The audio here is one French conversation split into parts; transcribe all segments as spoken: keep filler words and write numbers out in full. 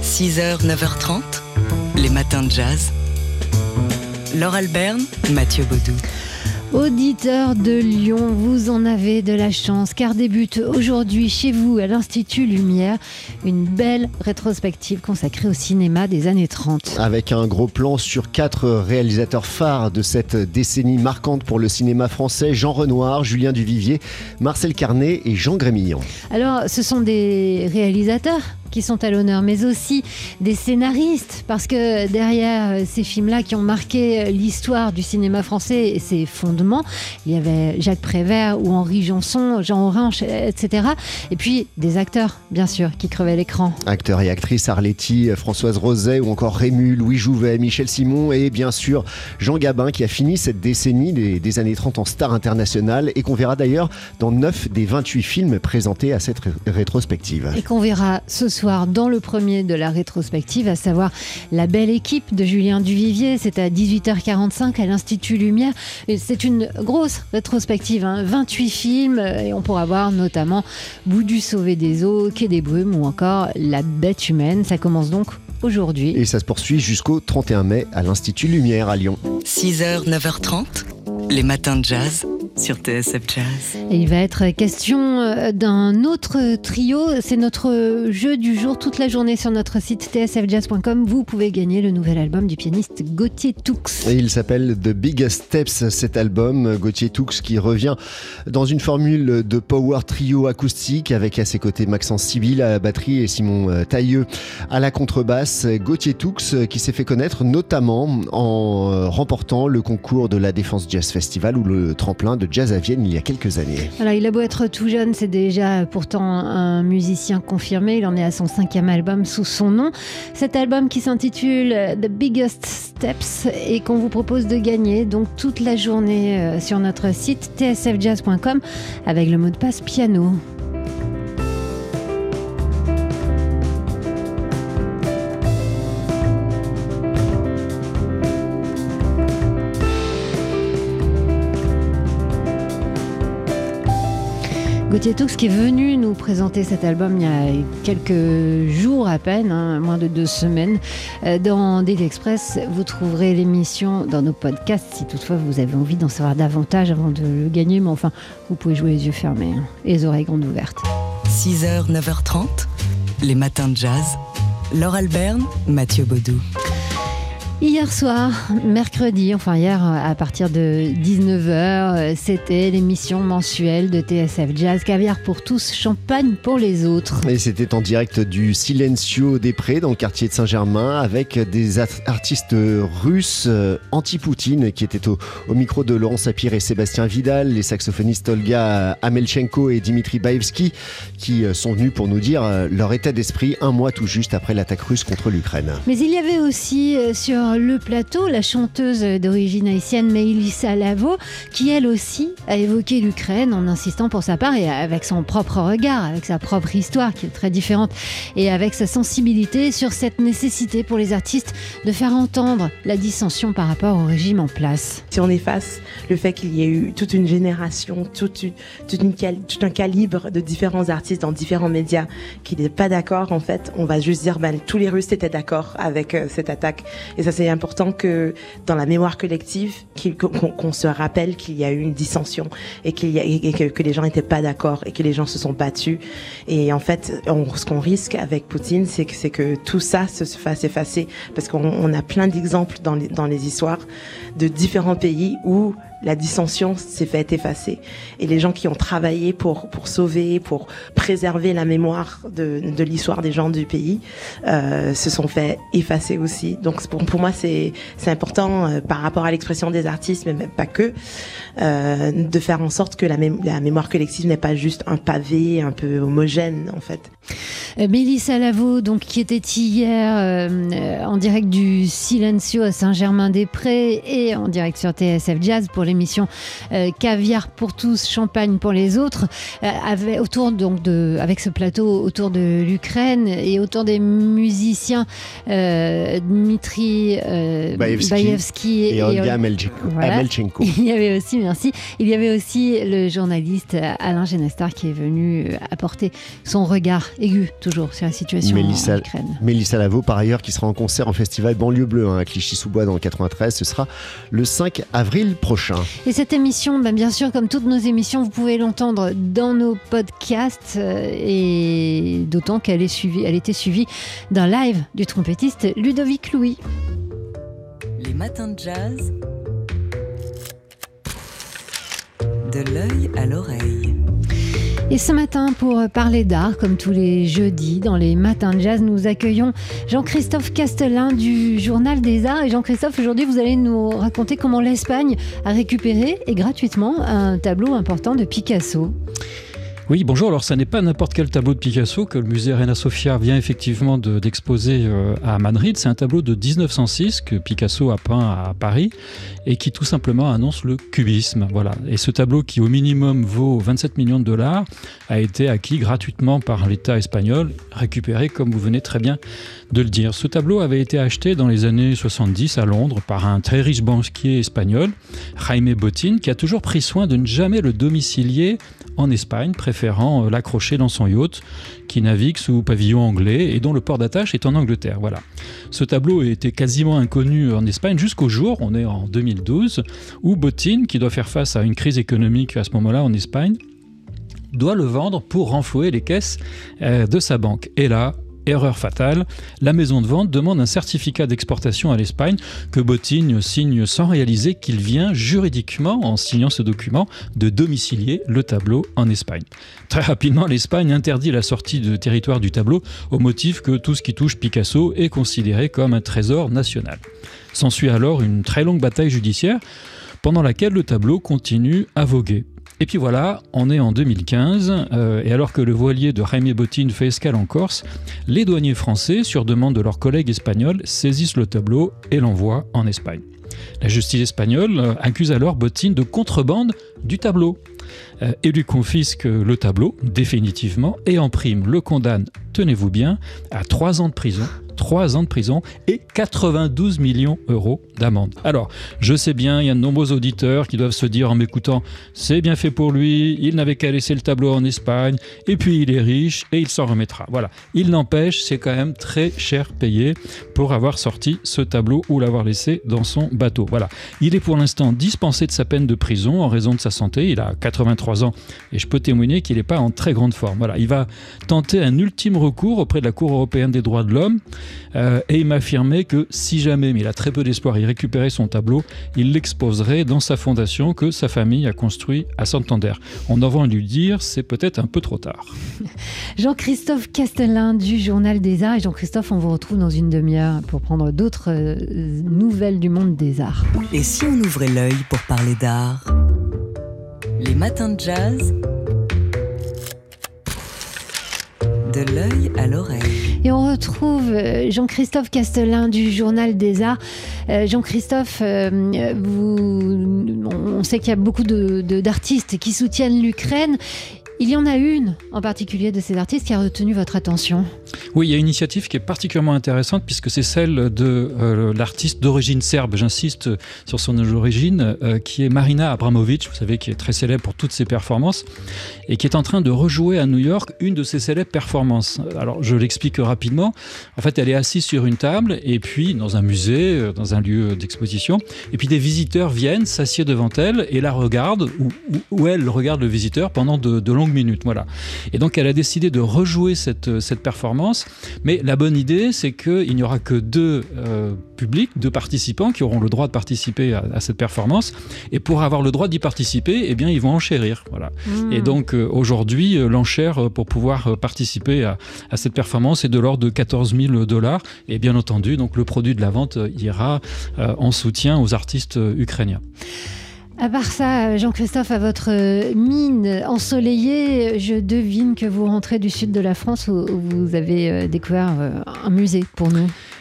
six heures, neuf heures trente, les matins de jazz. Laure Alberne, Mathieu Baudou. Auditeurs de Lyon, vous en avez de la chance car débute aujourd'hui chez vous à l'Institut Lumière une belle rétrospective consacrée au cinéma des années trente. Avec un gros plan sur quatre réalisateurs phares de cette décennie marquante pour le cinéma français, Jean Renoir, Julien Duvivier, Marcel Carné et Jean Grémillon. Alors ce sont des réalisateurs qui sont à l'honneur, mais aussi des scénaristes, parce que derrière ces films-là qui ont marqué l'histoire du cinéma français et ses fondements, il y avait Jacques Prévert ou Henri Janson, Jean Orange, et cetera. Et puis des acteurs, bien sûr, qui crevaient l'écran. Acteurs et actrices, Arletty, Françoise Roset ou encore Rému, Louis Jouvet, Michel Simon et bien sûr Jean Gabin qui a fini cette décennie des, des années trente en star internationale et qu'on verra d'ailleurs dans neuf des vingt-huit films présentés à cette ré- rétrospective. Et qu'on verra ce soir dans le premier de la rétrospective, à savoir La Belle Équipe de Julien Duvivier. C'est à dix-huit heures quarante-cinq à l'Institut Lumière. Et c'est une grosse rétrospective, hein. vingt-huit films et on pourra voir notamment Boudu sauvé des eaux, Quai des Brumes ou encore La Bête humaine. Ça commence donc aujourd'hui. Et ça se poursuit jusqu'au trente et un mai à l'Institut Lumière à Lyon. six heures, neuf heures trente, les matins de jazz sur T S F Jazz. Et il va être question d'un autre trio. C'est notre jeu du jour toute la journée sur notre site t s f jazz point com. Vous pouvez gagner le nouvel album du pianiste Gauthier Toux. Et il s'appelle The Biggest Steps, cet album. Gauthier Toux qui revient dans une formule de power trio acoustique avec à ses côtés Maxence Sibyl à la batterie et Simon Tailleux à la contrebasse. Gauthier Toux qui s'est fait connaître notamment en remportant le concours de la Défense Jazz Festival ou le tremplin de Jazz à Vienne il y a quelques années. Alors, il a beau être tout jeune, c'est déjà pourtant un musicien confirmé. Il en est à son cinquième album sous son nom. Cet album qui s'intitule The Biggest Steps et qu'on vous propose de gagner donc toute la journée sur notre site t s f jazz point com avec le mot de passe piano. Gauthier Toux qui est venu nous présenter cet album il y a quelques jours à peine, hein, moins de deux semaines. Dans Daily Express, vous trouverez l'émission dans nos podcasts si toutefois vous avez envie d'en savoir davantage avant de le gagner. Mais enfin, vous pouvez jouer les yeux fermés hein, et les oreilles grandes ouvertes. six heures, neuf heures trente, les matins de jazz. Laure Alberne, Mathieu Baudou. Hier soir, mercredi, enfin hier à partir de dix-neuf heures, c'était l'émission mensuelle de T S F Jazz, caviar pour tous, champagne pour les autres. Et c'était en direct du Silencio des Prés dans le quartier de Saint-Germain avec des artistes russes anti-Poutine qui étaient au, au micro de Laurent Sapir et Sébastien Vidal, les saxophonistes Olga Amelchenko et Dimitri Baevski qui sont venus pour nous dire leur état d'esprit un mois tout juste après l'attaque russe contre l'Ukraine. Mais il y avait aussi sur le plateau la chanteuse d'origine haïtienne Mélissa Lavo qui elle aussi a évoqué l'Ukraine en insistant pour sa part et avec son propre regard, avec sa propre histoire qui est très différente et avec sa sensibilité sur cette nécessité pour les artistes de faire entendre la dissension par rapport au régime en place. Si on efface le fait qu'il y ait eu toute une génération, toute une, toute une, tout un calibre de différents artistes dans différents médias qui n'étaient pas d'accord, en fait, on va juste dire ben, tous les Russes étaient d'accord avec euh, cette attaque. Et ça, c'est important que dans la mémoire collective, qu'il, qu'on, qu'on se rappelle qu'il y a eu une dissension et, qu'il y a, et que, que les gens n'étaient pas d'accord et que les gens se sont battus. Et en fait, on, ce qu'on risque avec Poutine, c'est que, c'est que tout ça se fasse effacer parce qu'on on a plein d'exemples dans les, dans les histoires de différents pays où la dissension s'est fait effacer. Et les gens qui ont travaillé pour, pour sauver, pour préserver la mémoire de, de l'histoire des gens du pays, euh, se sont fait effacer aussi. Donc pour, pour moi, c'est, c'est important euh, par rapport à l'expression des artistes, mais même pas que, euh, de faire en sorte que la, mé- la mémoire collective n'est pas juste un pavé un peu homogène, en fait. Euh, Mélissa Lavo, donc, qui était hier euh, en direct du Silencio à Saint-Germain-des-Prés et en direct sur T S F Jazz pour l'émission euh, Caviar pour tous, champagne pour les autres, euh, avec, autour, donc de, avec ce plateau autour de l'Ukraine et autour des musiciens euh, Dmitri euh, Baïevski et, et Olga Amelchenko. Voilà. Amelchenko. Il y avait aussi, merci, il y avait aussi le journaliste Alain Genestar qui est venu apporter son regard aigu toujours sur la situation Mélissa, en Ukraine. Mélissa Lavo, par ailleurs, qui sera en concert en festival Banlieue Bleue hein, à Clichy-sous-Bois dans le quatre-vingt-treize. Ce sera le cinq avril prochain. Et cette émission, ben bien sûr, comme toutes nos émissions, vous pouvez l'entendre dans nos podcasts euh, et d'autant qu'elle est suivie, elle était suivie d'un live du trompettiste Ludovic Louis. Les matins de jazz. De l'œil à l'oreille. Et ce matin, pour parler d'art, comme tous les jeudis, dans les matins de jazz, nous accueillons Jean-Christophe Castelin du Journal des Arts. Et Jean-Christophe, aujourd'hui, vous allez nous raconter comment l'Espagne a récupéré, et gratuitement, un tableau important de Picasso. Oui, bonjour. Alors, ça n'est pas n'importe quel tableau de Picasso que le musée Reina Sofia vient effectivement de, d'exposer euh, à Madrid. C'est un tableau de dix-neuf cent six que Picasso a peint à Paris et qui tout simplement annonce le cubisme. Voilà. Et ce tableau, qui au minimum vaut vingt-sept millions de dollars, a été acquis gratuitement par l'État espagnol, récupéré, comme vous venez très bien de le dire. Ce tableau avait été acheté dans les années soixante-dix à Londres par un très riche banquier espagnol, Jaime Botín, qui a toujours pris soin de ne jamais le domicilier en Espagne, préférant l'accrocher dans son yacht qui navigue sous pavillon anglais et dont le port d'attache est en Angleterre. Voilà. Ce tableau était quasiment inconnu en Espagne jusqu'au jour, on est en deux mille douze, où Botín, qui doit faire face à une crise économique à ce moment-là en Espagne, doit le vendre pour renflouer les caisses euh, de sa banque. Et là, erreur fatale, la maison de vente demande un certificat d'exportation à l'Espagne que Botín signe sans réaliser qu'il vient juridiquement, en signant ce document, de domicilier le tableau en Espagne. Très rapidement, l'Espagne interdit la sortie de territoire du tableau au motif que tout ce qui touche Picasso est considéré comme un trésor national. S'ensuit alors une très longue bataille judiciaire pendant laquelle le tableau continue à voguer. Et puis voilà, on est en deux mille quinze, euh, et alors que le voilier de Jaime Botín fait escale en Corse, les douaniers français, sur demande de leurs collègues espagnols, saisissent le tableau et l'envoient en Espagne. La justice espagnole euh, accuse alors Botín de contrebande du tableau, euh, et lui confisque le tableau, définitivement, et en prime le condamne, tenez-vous bien, à trois ans de prison, trois ans de prison et quatre-vingt-douze millions d'euros d'amende. Alors, je sais bien, il y a de nombreux auditeurs qui doivent se dire en m'écoutant, c'est bien fait pour lui, il n'avait qu'à laisser le tableau en Espagne, et puis il est riche, et il s'en remettra. Voilà. Il n'empêche, c'est quand même très cher payé pour avoir sorti ce tableau ou l'avoir laissé dans son bateau. Voilà. Il est pour l'instant dispensé de sa peine de prison en raison de sa santé. Il a quatre-vingt-trois ans, et je peux témoigner qu'il n'est pas en très grande forme. Voilà. Il va tenter un ultime recours auprès de la Cour européenne des droits de l'homme, Euh, et il m'a affirmé que si jamais, mais il a très peu d'espoir, il récupérait son tableau, il l'exposerait dans sa fondation que sa famille a construit à Santander. On en va lui dire, c'est peut-être un peu trop tard. Jean-Christophe Castelin du Journal des Arts. Et Jean-Christophe, on vous retrouve dans une demi-heure pour prendre d'autres euh, nouvelles du monde des arts. Et si on ouvrait l'œil pour parler d'art ? Les matins de jazz. De l'œil à l'oreille. Et on retrouve Jean-Christophe Castelin du Journal des Arts. Euh, Jean-Christophe, euh, vous, on sait qu'il y a beaucoup de, de, d'artistes qui soutiennent l'Ukraine. Il y en a une en particulier de ces artistes qui a retenu votre attention. Oui, il y a une initiative qui est particulièrement intéressante puisque c'est celle de euh, l'artiste d'origine serbe, j'insiste sur son origine, euh, qui est Marina Abramović, vous savez, qui est très célèbre pour toutes ses performances et qui est en train de rejouer à New York une de ses célèbres performances. Alors, je l'explique rapidement. En fait, elle est assise sur une table et puis dans un musée, dans un lieu d'exposition, et puis des visiteurs viennent, s'assiedent devant elle et la regardent, ou, ou, ou elle regarde le visiteur pendant de, de longues minutes. Voilà. Et donc, elle a décidé de rejouer cette, cette performance. Mais la bonne idée, c'est qu'il n'y aura que deux euh, publics, deux participants qui auront le droit de participer à, à cette performance. Et pour avoir le droit d'y participer, eh bien, ils vont enchérir. Voilà. Mmh. Et donc, euh, aujourd'hui, euh, l'enchère pour pouvoir euh, participer à, à cette performance est de l'ordre de quatorze mille dollars. Et bien entendu, donc, le produit de la vente euh, ira euh, en soutien aux artistes euh, ukrainiens. À part ça, Jean-Christophe, à votre mine ensoleillée, je devine que vous rentrez du sud de la France où vous avez découvert un musée pour nous.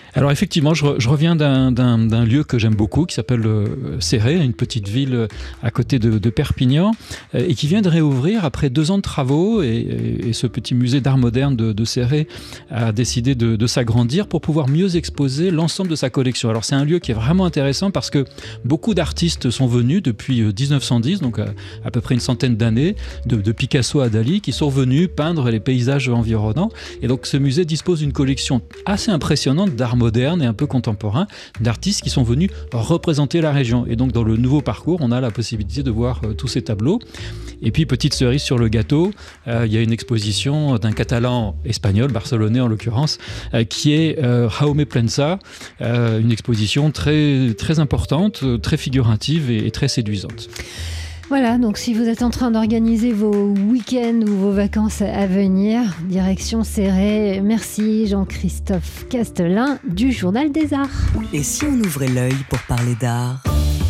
Alors effectivement, je, re, je reviens d'un, d'un, d'un lieu que j'aime beaucoup, qui s'appelle euh, Céret, une petite ville à côté de, de Perpignan, euh, et qui vient de réouvrir après deux ans de travaux. Et, et, et ce petit musée d'art moderne de, de Céret a décidé de, de s'agrandir pour pouvoir mieux exposer l'ensemble de sa collection. Alors c'est un lieu qui est vraiment intéressant parce que beaucoup d'artistes sont venus depuis dix-neuf cent dix, donc à, à peu près une centaine d'années, de, de Picasso à Dali, qui sont venus peindre les paysages environnants. Et donc ce musée dispose d'une collection assez impressionnante d'art moderne et un peu contemporain, d'artistes qui sont venus représenter la région. Et donc dans le nouveau parcours, on a la possibilité de voir euh, tous ces tableaux. Et puis petite cerise sur le gâteau, euh, il y a une exposition d'un Catalan espagnol, barcelonais en l'occurrence, euh, qui est euh, Jaume Plensa, euh, une exposition très, très importante, très figurative et, et très séduisante. Voilà, donc si vous êtes en train d'organiser vos week-ends ou vos vacances à venir, direction Céret. Merci Jean-Christophe Castelin du Journal des Arts. Et si on ouvrait l'œil pour parler d'art ?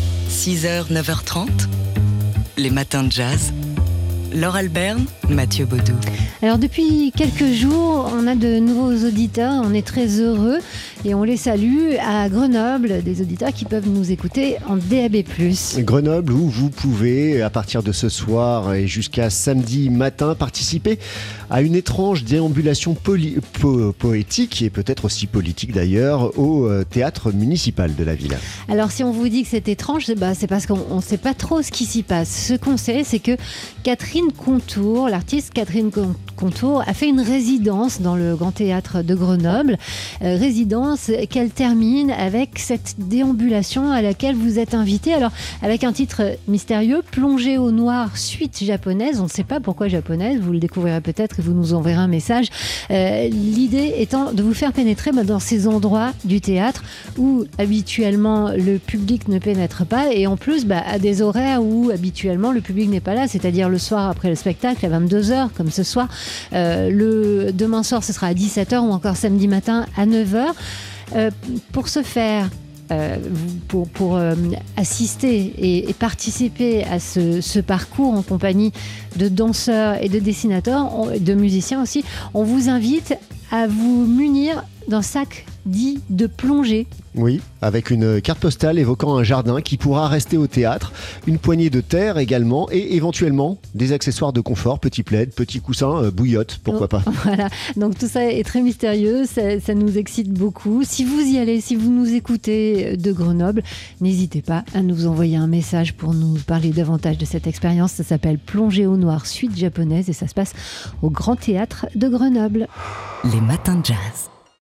six heures, neuf heures trente, les matins de jazz. Laure Alberne, Mathieu Baudou. Alors depuis quelques jours, on a de nouveaux auditeurs, on est très heureux et on les salue à Grenoble, des auditeurs qui peuvent nous écouter en D A B plus. Grenoble où vous pouvez, à partir de ce soir et jusqu'à samedi matin, participer à une étrange déambulation poli- po- poétique et peut-être aussi politique d'ailleurs au théâtre municipal de la ville. Alors si on vous dit que c'est étrange, bah, c'est parce qu'on ne sait pas trop ce qui s'y passe. Ce qu'on sait, c'est que Catherine Contour, l'artiste Catherine Contour, a fait une résidence dans le Grand Théâtre de Grenoble. Euh, résidence qu'elle termine avec cette déambulation à laquelle vous êtes invité. Alors, avec un titre mystérieux, Plongée au noir, suite japonaise. On ne sait pas pourquoi japonaise, vous le découvrirez peut-être et vous nous enverrez un message. Euh, l'idée étant de vous faire pénétrer bah, dans ces endroits du théâtre où habituellement le public ne pénètre pas et en plus bah, à des horaires où habituellement le public n'est pas là, c'est-à-dire le soir après le spectacle à vingt-deux heures comme ce soir. Euh, le demain soir ce sera à dix-sept heures ou encore samedi matin à neuf heures. Euh, pour ce faire, euh, pour, pour euh, assister et, et participer à ce, ce parcours en compagnie de danseurs et de dessinateurs, on, de musiciens aussi, on vous invite à vous munir d'un sac dit de plongée. Oui, avec une carte postale évoquant un jardin qui pourra rester au théâtre, une poignée de terre également et éventuellement des accessoires de confort, petits plaids, petits coussins, euh, bouillotte, pourquoi pas. Voilà, donc tout ça est très mystérieux, ça, ça nous excite beaucoup. Si vous y allez, si vous nous écoutez de Grenoble, n'hésitez pas à nous envoyer un message pour nous parler davantage de cette expérience. Ça s'appelle Plongée au noir, suite japonaise et ça se passe au Grand Théâtre de Grenoble. Les matins de jazz.